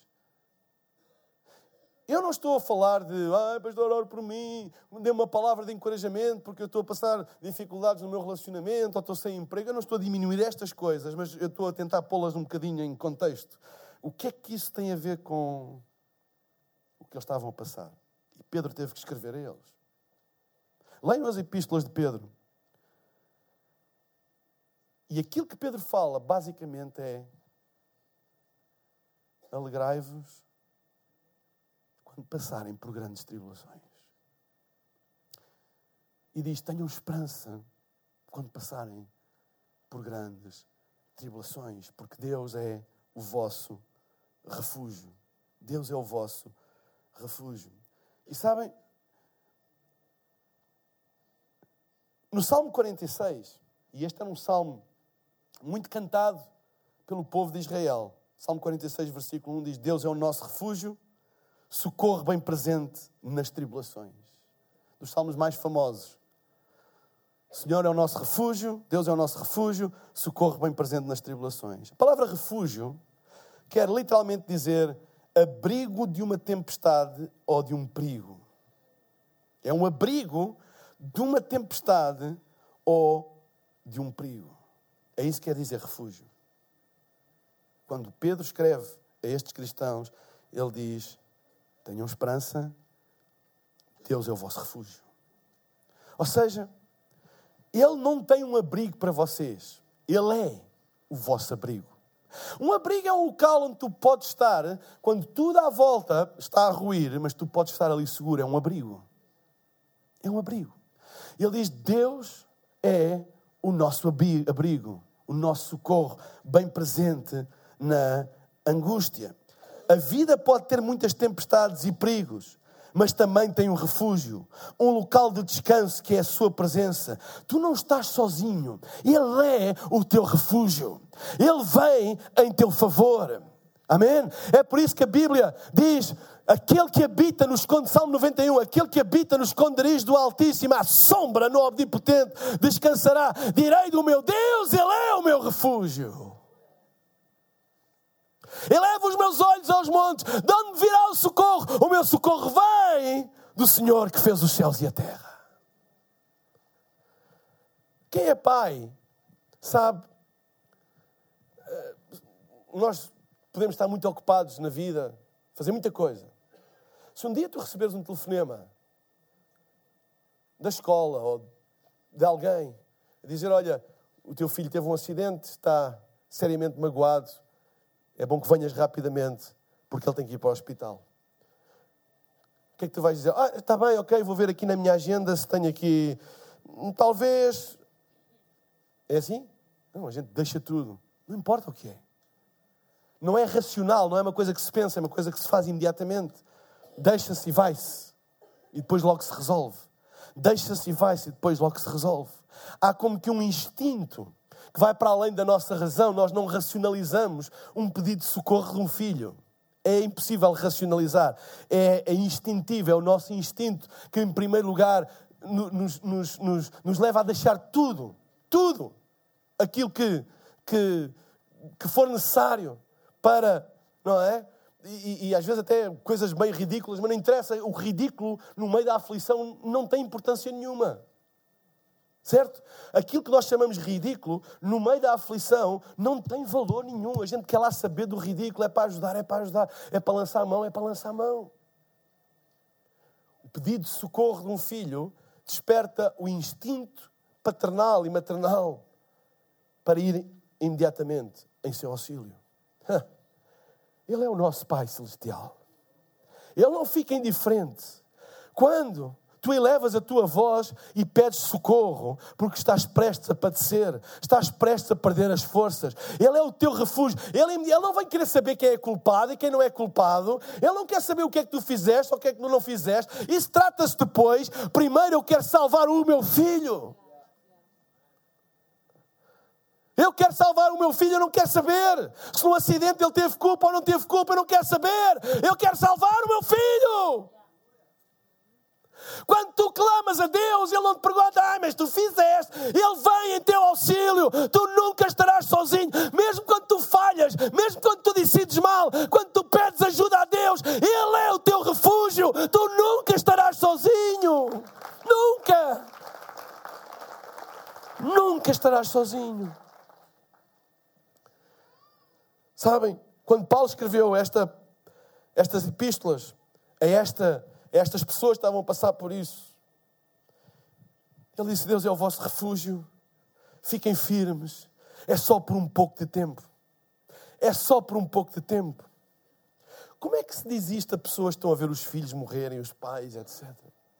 Eu não estou a falar de, pastor, ore por mim, dê uma palavra de encorajamento porque eu estou a passar dificuldades no meu relacionamento ou estou sem emprego. Eu não estou a diminuir estas coisas, mas eu estou a tentar pô-las um bocadinho em contexto. O que é que isso tem a ver com o que eles estavam a passar? E Pedro teve que escrever a eles. Leiam as epístolas de Pedro. E aquilo que Pedro fala, basicamente, é: alegrai-vos quando passarem por grandes tribulações. E diz: tenham esperança quando passarem por grandes tribulações, porque Deus é o vosso refúgio. Deus é o vosso refúgio. E sabem, no Salmo 46, e este era um salmo muito cantado pelo povo de Israel, Salmo 46, versículo 1 diz: Deus é o nosso refúgio, socorro bem presente nas tribulações. Dos salmos mais famosos. O Senhor é o nosso refúgio, Deus é o nosso refúgio, socorro bem presente nas tribulações. A palavra refúgio quer literalmente dizer abrigo de uma tempestade ou de um perigo. É um abrigo de uma tempestade ou de um perigo. É isso que quer dizer refúgio. Quando Pedro escreve a estes cristãos, ele diz: tenham esperança, Deus é o vosso refúgio. Ou seja, Ele não tem um abrigo para vocês. Ele é o vosso abrigo. Um abrigo é um local onde tu podes estar quando tudo à volta está a ruir, mas tu podes estar ali seguro. É um abrigo. É um abrigo. Ele diz: Deus é o nosso abrigo, o nosso socorro, bem presente na angústia. A vida pode ter muitas tempestades e perigos, mas também tem um refúgio, um local de descanso que é a sua presença. Tu não estás sozinho. Ele é o teu refúgio. Ele vem em teu favor. Amém? É por isso que a Bíblia diz: aquele que habita no esconderijo, Salmo 91, aquele que habita no esconderijo do Altíssimo, à sombra no Omnipotente, descansará. Direi do meu Deus, Ele é o meu refúgio. Eleva os meus olhos aos montes, de onde virá o socorro? O meu socorro vem do Senhor que fez os céus e a terra. Quem é pai sabe, nós podemos estar muito ocupados na vida, fazer muita coisa. Se um dia tu receberes um telefonema da escola ou de alguém a dizer: olha, o teu filho teve um acidente, está seriamente magoado, é bom que venhas rapidamente, porque ele tem que ir para o hospital. O que é que tu vais dizer? Está bem, ok, vou ver aqui na minha agenda se tenho aqui... Talvez... É assim? Não, a gente deixa tudo. Não importa o que é. Não é racional, não é uma coisa que se pensa, é uma coisa que se faz imediatamente. Deixa-se e vai-se. E depois logo se resolve. Deixa-se e vai-se e depois logo se resolve. Há como que um instinto que vai para além da nossa razão. Nós não racionalizamos um pedido de socorro de um filho. É impossível racionalizar. É instintivo, é o nosso instinto que, em primeiro lugar, nos leva a deixar tudo aquilo que for necessário para, não é? E às vezes até coisas bem ridículas, mas não interessa. O ridículo no meio da aflição não tem importância nenhuma. Certo? Aquilo que nós chamamos ridículo, no meio da aflição, não tem valor nenhum. A gente quer lá saber do ridículo. É para ajudar, é para ajudar. É para lançar a mão, é para lançar a mão. O pedido de socorro de um filho desperta o instinto paternal e maternal para ir imediatamente em seu auxílio. Ele é o nosso Pai Celestial. Ele não fica indiferente. Quando tu elevas a tua voz e pedes socorro, porque estás prestes a padecer, estás prestes a perder as forças. Ele é o teu refúgio. Ele não vai querer saber quem é culpado e quem não é culpado. Ele não quer saber o que é que tu fizeste ou o que é que tu não fizeste. Isso trata-se depois. Primeiro eu quero salvar o meu filho. Eu quero salvar o meu filho, eu não quero saber se no acidente ele teve culpa ou não teve culpa, eu não quero saber. Eu quero salvar o meu filho. Quando tu clamas a Deus, Ele não te pergunta: mas tu fizeste. Ele vem em teu auxílio. Tu nunca estarás sozinho. Mesmo quando tu falhas, mesmo quando tu decides mal, quando tu pedes ajuda a Deus, Ele é o teu refúgio. Tu nunca estarás sozinho. Nunca. Nunca estarás sozinho. Sabem, quando Paulo escreveu estas epístolas a estas pessoas que estavam a passar por isso, ele disse: Deus é o vosso refúgio, fiquem firmes, é só por um pouco de tempo. É só por um pouco de tempo. Como é que se diz isto a pessoas que estão a ver os filhos morrerem, os pais, etc.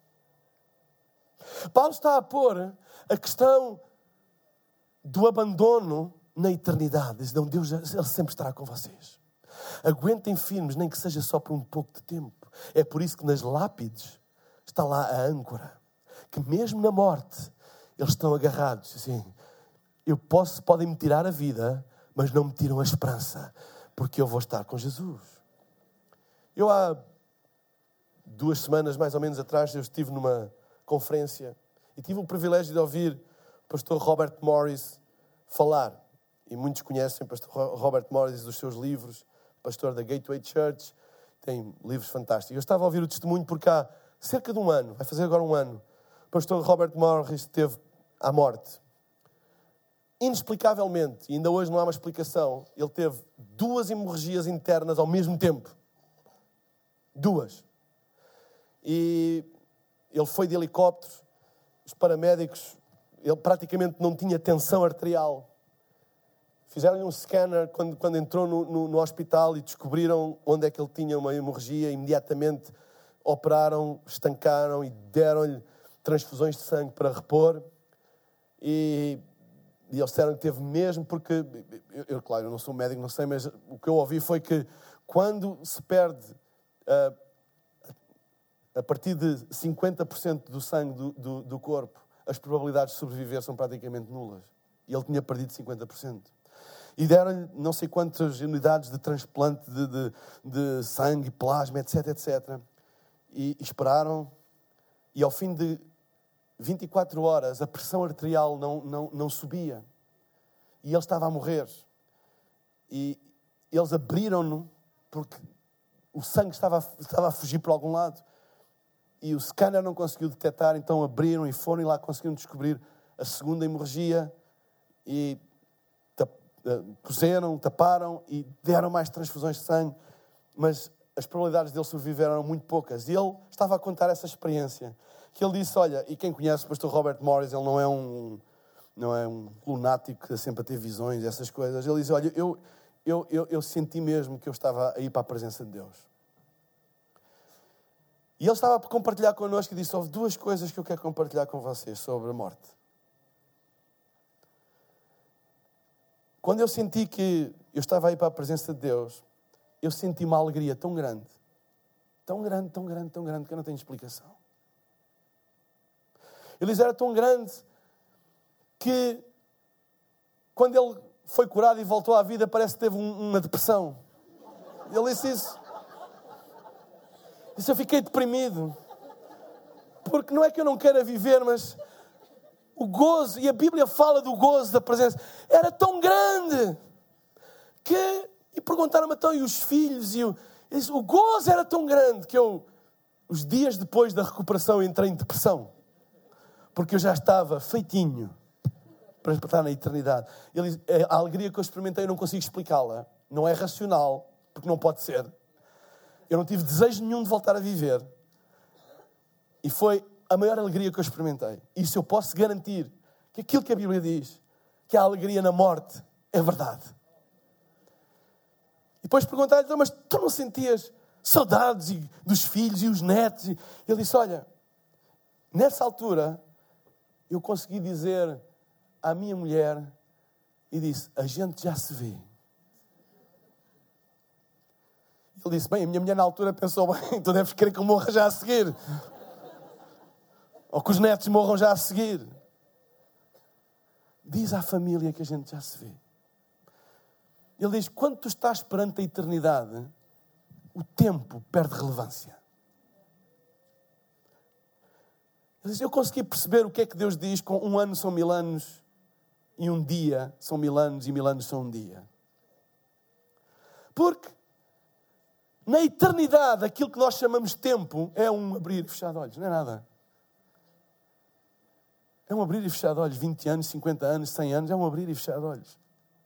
Paulo está a pôr a questão do abandono na eternidade. Diz: não, Deus, Ele sempre estará com vocês. Aguentem firmes, nem que seja só por um pouco de tempo. É por isso que nas lápides está lá a âncora. Que mesmo na morte, eles estão agarrados. Assim, podem me tirar a vida, mas não me tiram a esperança, porque eu vou estar com Jesus. Eu há 2 semanas, mais ou menos atrás, eu estive numa conferência e tive o privilégio de ouvir o pastor Robert Morris falar. E muitos conhecem o pastor Robert Morris dos seus livros, pastor da Gateway Church, tem livros fantásticos. Eu estava a ouvir o testemunho porque há cerca de um ano, vai fazer agora um ano, o pastor Robert Morris esteve à morte. Inexplicavelmente, e ainda hoje não há uma explicação, ele teve 2 hemorragias internas ao mesmo tempo. 2. E ele foi de helicóptero, os paramédicos, ele praticamente não tinha tensão arterial. Fizeram-lhe um scanner quando entrou no hospital e descobriram onde é que ele tinha uma hemorragia. Imediatamente operaram, estancaram e deram-lhe transfusões de sangue para repor. E eles disseram que teve mesmo, porque, claro, eu não sou médico, não sei, mas o que eu ouvi foi que quando se perde a partir de 50% do sangue do corpo, as probabilidades de sobreviver são praticamente nulas. E ele tinha perdido 50%. E deram-lhe não sei quantas unidades de transplante de sangue, plasma, etc, etc. E esperaram, e ao fim de 24 horas a pressão arterial não subia. E ele estava a morrer. E eles abriram-no porque o sangue estava a fugir por algum lado. E o scanner não conseguiu detectar, então abriram e foram e lá conseguiram descobrir a segunda hemorragia e cozeram, taparam e deram mais transfusões de sangue, mas as probabilidades dele sobreviver eram muito poucas. E ele estava a contar essa experiência, que ele disse, olha, e quem conhece o pastor Robert Morris, ele não é um lunático que está sempre a ter visões, essas coisas. Ele diz, olha, eu senti mesmo que eu estava a ir para a presença de Deus. E ele estava a compartilhar connosco e disse, houve 2 coisas que eu quero compartilhar com vocês sobre a morte. Quando eu senti que eu estava a ir para a presença de Deus, eu senti uma alegria tão grande, tão grande, tão grande, tão grande, que eu não tenho explicação. Ele era tão grande que quando ele foi curado e voltou à vida, parece que teve uma depressão. Ele disse isso. Disse, eu fiquei deprimido. Porque não é que eu não queira viver, mas o gozo, e a Bíblia fala do gozo da presença, era tão grande que... E perguntaram-me, então, e os filhos? O gozo era tão grande que eu, os dias depois da recuperação, entrei em depressão. Porque eu já estava feitinho para estar na eternidade. Ele diz, a alegria que eu experimentei, eu não consigo explicá-la. Não é racional, porque não pode ser. Eu não tive desejo nenhum de voltar a viver. E foi a maior alegria que eu experimentei. Isso eu posso garantir, que aquilo que a Bíblia diz, que a alegria na morte, é verdade. E depois perguntaram-lhe, então, mas tu não sentias saudades dos filhos e os netos? E ele disse, olha, nessa altura, eu consegui dizer à minha mulher, e disse, a gente já se vê. Ele disse, bem, a minha mulher na altura pensou, bem, tu deves querer que eu morra já a seguir. Ou que os netos morram já a seguir. Diz à família que a gente já se vê. Ele diz, quando tu estás perante a eternidade, o tempo perde relevância. Ele diz, eu consegui perceber o que é que Deus diz com 1 ano são 1000 anos e um dia são 1000 anos e 1000 anos são um dia. Porque na eternidade, aquilo que nós chamamos de tempo é um abrir e fechar de olhos, não é nada. É um abrir e fechar de olhos, 20 anos, 50 anos, 100 anos, é um abrir e fechar de olhos.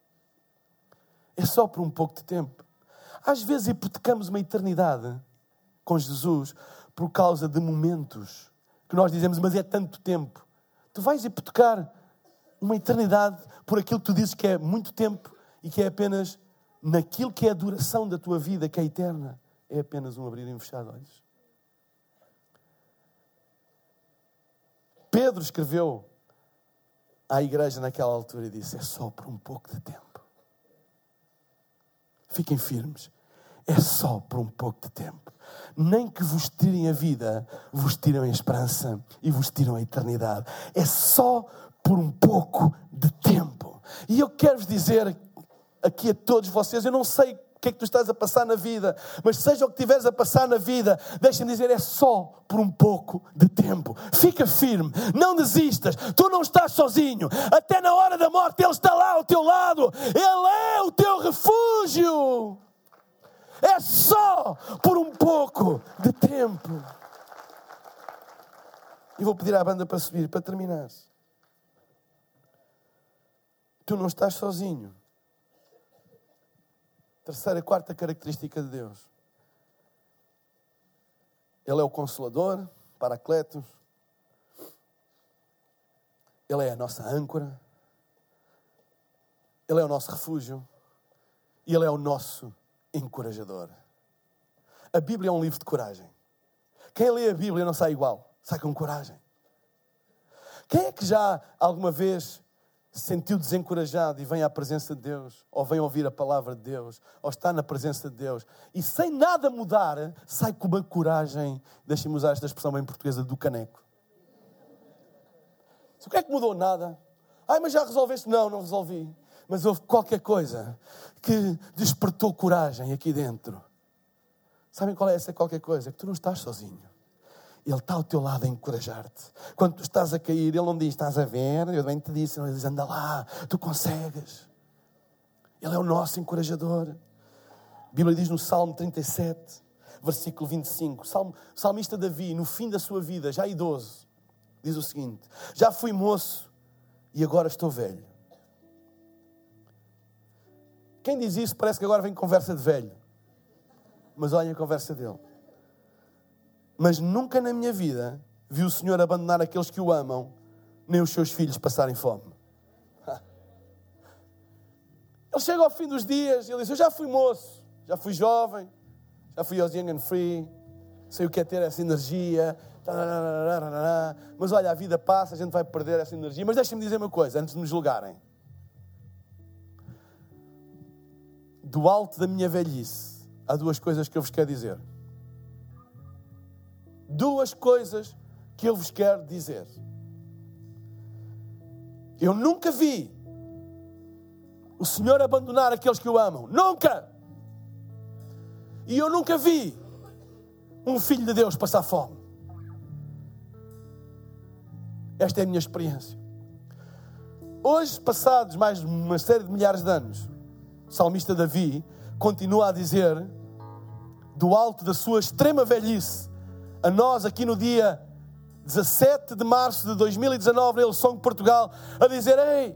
É só por um pouco de tempo. Às vezes hipotecamos uma eternidade com Jesus por causa de momentos que nós dizemos, mas é tanto tempo. Tu vais hipotecar uma eternidade por aquilo que tu dizes que é muito tempo e que é apenas naquilo que é a duração da tua vida, que é eterna. É apenas um abrir e um fechar de olhos. Pedro escreveu à igreja naquela altura e disse, é só por um pouco de tempo. Fiquem firmes. É só por um pouco de tempo. Nem que vos tirem a vida, vos tiram a esperança e vos tiram a eternidade. É só por um pouco de tempo. E eu quero-vos dizer aqui a todos vocês, eu não sei o que é que tu estás a passar na vida, mas seja o que estiveres a passar na vida, deixa-me dizer, é só por um pouco de tempo. Fica firme, não desistas, tu não estás sozinho, até na hora da morte Ele está lá ao teu lado, Ele é o teu refúgio. É só por um pouco de tempo. E vou pedir à banda para subir, para terminar. Tu não estás sozinho. Terceira e quarta característica de Deus. Ele é o Consolador, Paracletos. Ele é a nossa âncora. Ele é o nosso refúgio. E Ele é o nosso encorajador. A Bíblia é um livro de coragem. Quem lê a Bíblia não sai igual. Sai com coragem. Quem é que já alguma vez se sentiu desencorajado e vem à presença de Deus, ou vem ouvir a palavra de Deus, ou está na presença de Deus, e sem nada mudar, sai com uma coragem, deixem-me usar esta expressão bem portuguesa, do caneco. O que é que mudou? Nada. Mas já resolveste? Não resolvi. Mas houve qualquer coisa que despertou coragem aqui dentro. Sabem qual é essa qualquer coisa? É que tu não estás sozinho. Ele está ao teu lado a encorajar-te. Quando tu estás a cair, Ele não diz, estás a ver? Eu bem te disse. Ele diz, anda lá, tu consegues. Ele é o nosso encorajador. A Bíblia diz no Salmo 37, versículo 25. O salmista Davi, no fim da sua vida, já idoso, diz o seguinte: já fui moço e agora estou velho. Quem diz isso parece que agora vem conversa de velho. Mas olhem a conversa dele. Mas nunca na minha vida vi o Senhor abandonar aqueles que o amam, nem os seus filhos passarem fome. Ele chega ao fim dos dias e ele diz, eu já fui moço, já fui jovem, já fui aos Young and Free, sei o que é ter essa energia, mas olha, a vida passa, a gente vai perder essa energia. Mas deixem-me dizer uma coisa, antes de me julgarem. Do alto da minha velhice, há duas coisas que eu vos quero dizer. Duas coisas que eu vos quero dizer. Eu nunca vi o Senhor abandonar aqueles que o amam. Nunca! E eu nunca vi um filho de Deus passar fome. Esta é a minha experiência. Hoje, passados mais de uma série de milhares de anos, o salmista Davi continua a dizer, do alto da sua extrema velhice, a nós aqui no dia 17 de março de 2019, na Hillsong Portugal, a dizer, ei,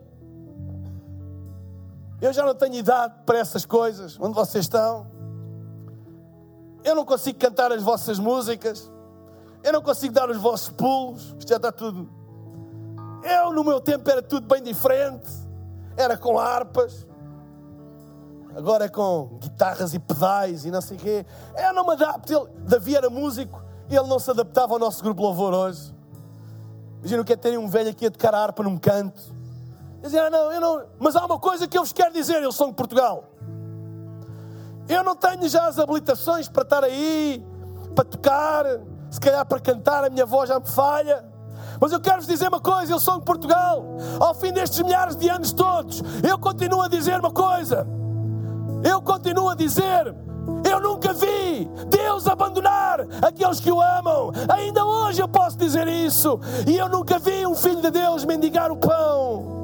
eu já não tenho idade para essas coisas, onde vocês estão. Eu não consigo cantar as vossas músicas. Eu não consigo dar os vossos pulos. Isto já está tudo. Eu, no meu tempo, era tudo bem diferente. Era com harpas. Agora é com guitarras e pedais e não sei o quê. Eu não me adapto. Davi era músico. Ele não se adaptava ao nosso grupo Louvor hoje. Imagina o que é terem um velho aqui a tocar a harpa num canto. Dizia, eu não. Mas há uma coisa que eu vos quero dizer, Hillsong Portugal. Eu não tenho já as habilitações para estar aí, para tocar, se calhar para cantar, a minha voz já me falha. Mas eu quero vos dizer uma coisa, Hillsong Portugal. Ao fim destes milhares de anos todos, eu continuo a dizer uma coisa. Eu continuo a dizer, eu nunca vi Deus abandonar aqueles que o amam. Ainda hoje eu posso dizer isso. E eu nunca vi um filho de Deus mendigar o pão.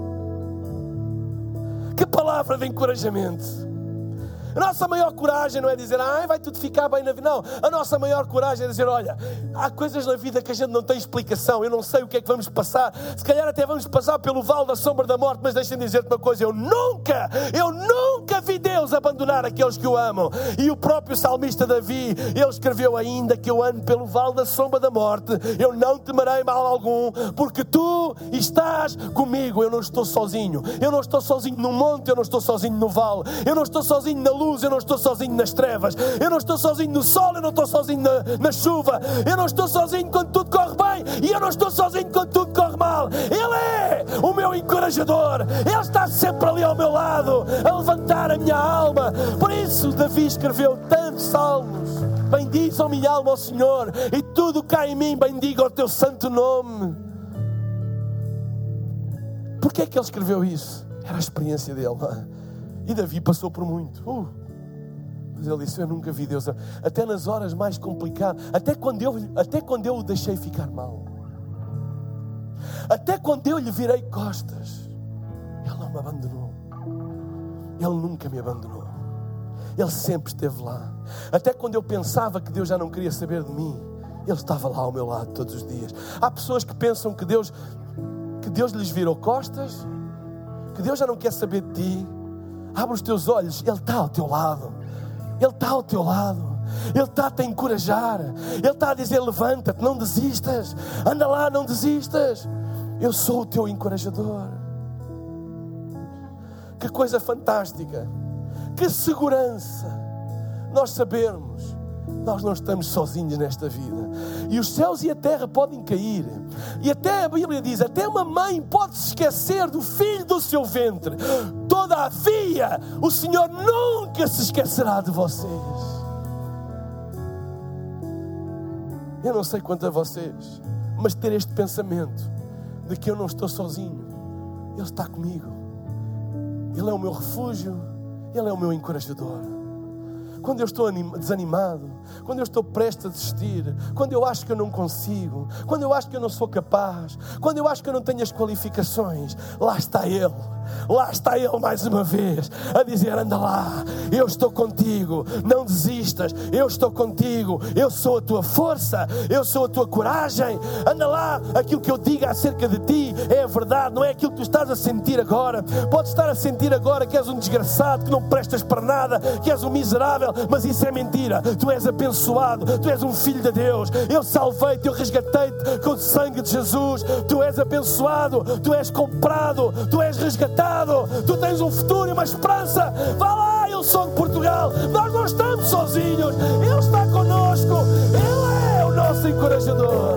Que palavra de encorajamento. A nossa maior coragem não é dizer, vai tudo ficar bem na vida. Não, a nossa maior coragem é dizer, olha, há coisas na vida que a gente não tem explicação. Eu não sei o que é que vamos passar. Se calhar até vamos passar pelo vale da sombra da morte. Mas deixem-me dizer-te uma coisa, eu nunca vi Deus abandonar aqueles que o amam. E o próprio salmista Davi, ele escreveu, ainda que eu ande pelo vale da sombra da morte, eu não temerei mal algum, porque tu estás comigo. Eu não estou sozinho. Eu não estou sozinho no monte, eu não estou sozinho no vale. Eu não estou sozinho na luz, eu não estou sozinho nas trevas. Eu não estou sozinho no sol, eu não estou sozinho na chuva. Eu não estou sozinho quando tudo corre bem e eu não estou sozinho quando tudo corre mal. Ele é o meu encorajador. Ele está sempre ali ao meu lado a levantar a minha alma. Por isso Davi escreveu tantos salmos. Bendiz, ó minha alma, ao Senhor, e tudo que há em mim bendiga o teu santo nome. Porquê é que ele escreveu isso? Era a experiência dele. E Davi passou por muito. Mas ele disse, eu nunca vi Deus. Até nas horas mais complicadas. Até quando eu o deixei ficar mal. Até quando eu lhe virei costas. Ele não me abandonou. Ele nunca me abandonou. Ele sempre esteve lá. Até quando eu pensava que Deus já não queria saber de mim, Ele estava lá ao meu lado todos os dias. Há pessoas que pensam que Deus lhes virou costas, que Deus já não quer saber de ti, abre os teus olhos, Ele está ao teu lado. Ele está ao teu lado. Ele está a te encorajar. Ele está a dizer: levanta-te, não desistas. Anda lá, não desistas. Eu sou o teu encorajador. Que coisa fantástica. Que segurança. Nós sabermos, nós não estamos sozinhos nesta vida. E os céus e a terra podem cair. E até a Bíblia diz, até uma mãe pode se esquecer do filho do seu ventre. Todavia, o Senhor nunca se esquecerá de vocês. Eu não sei quanto a vocês, mas ter este pensamento de que eu não estou sozinho. Ele está comigo. Ele é o meu refúgio. Ele é o meu encorajador. Quando eu estou desanimado, quando eu estou prestes a desistir, quando eu acho que eu não consigo, quando eu acho que eu não sou capaz, quando eu acho que eu não tenho as qualificações, lá está Ele mais uma vez, a dizer: anda lá, eu estou contigo, não desistas, eu estou contigo, eu sou a tua força, eu sou a tua coragem, anda lá, aquilo que eu diga acerca de ti é a verdade, não é aquilo que tu estás a sentir agora. Podes estar a sentir agora que és um desgraçado, que não prestas para nada, que és um miserável, mas isso é mentira. Tu és abençoado, tu és um filho de Deus. Eu salvei-te, eu resgatei-te com o sangue de Jesus. Tu és abençoado, tu és comprado, tu és resgatado, tu tens um futuro e uma esperança. Vá lá, Hillsong Portugal, nós não estamos sozinhos, Ele está connosco, Ele é o nosso encorajador.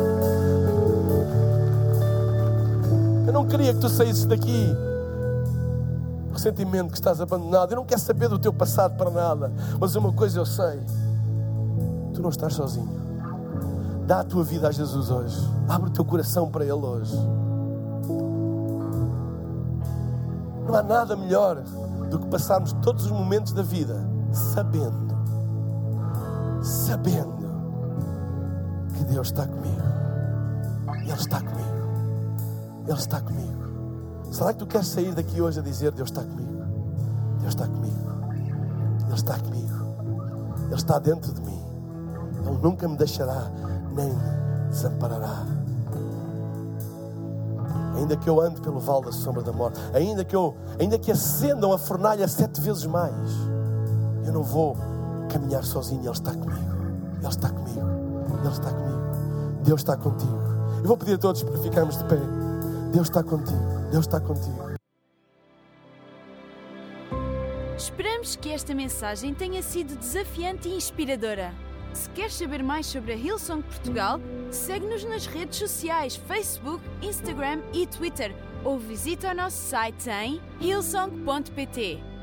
Eu não queria que tu saísses daqui o sentimento que estás abandonado. Eu não quero saber do teu passado para nada, mas uma coisa eu sei: tu não estás sozinho. Dá a tua vida a Jesus hoje. Abre o teu coração para Ele hoje. Não há nada melhor do que passarmos todos os momentos da vida sabendo que Deus está comigo. Ele está comigo. Ele está comigo. Será que tu queres sair daqui hoje a dizer: Deus está comigo, Deus está comigo, Ele está comigo, Ele está dentro de mim, Ele nunca me deixará nem me desamparará. Ainda que eu ande pelo vale da sombra da morte, ainda que acendam a fornalha 7 vezes mais, eu não vou caminhar sozinho. Ele está comigo, Ele está comigo, Ele está comigo. Deus está contigo. Eu vou pedir a todos para ficarmos de pé. Deus está contigo, Deus está contigo. Esperamos que esta mensagem tenha sido desafiante e inspiradora. Se queres saber mais sobre a Hillsong Portugal, segue-nos nas redes sociais, Facebook, Instagram e Twitter, ou visita o nosso site em hillsong.pt.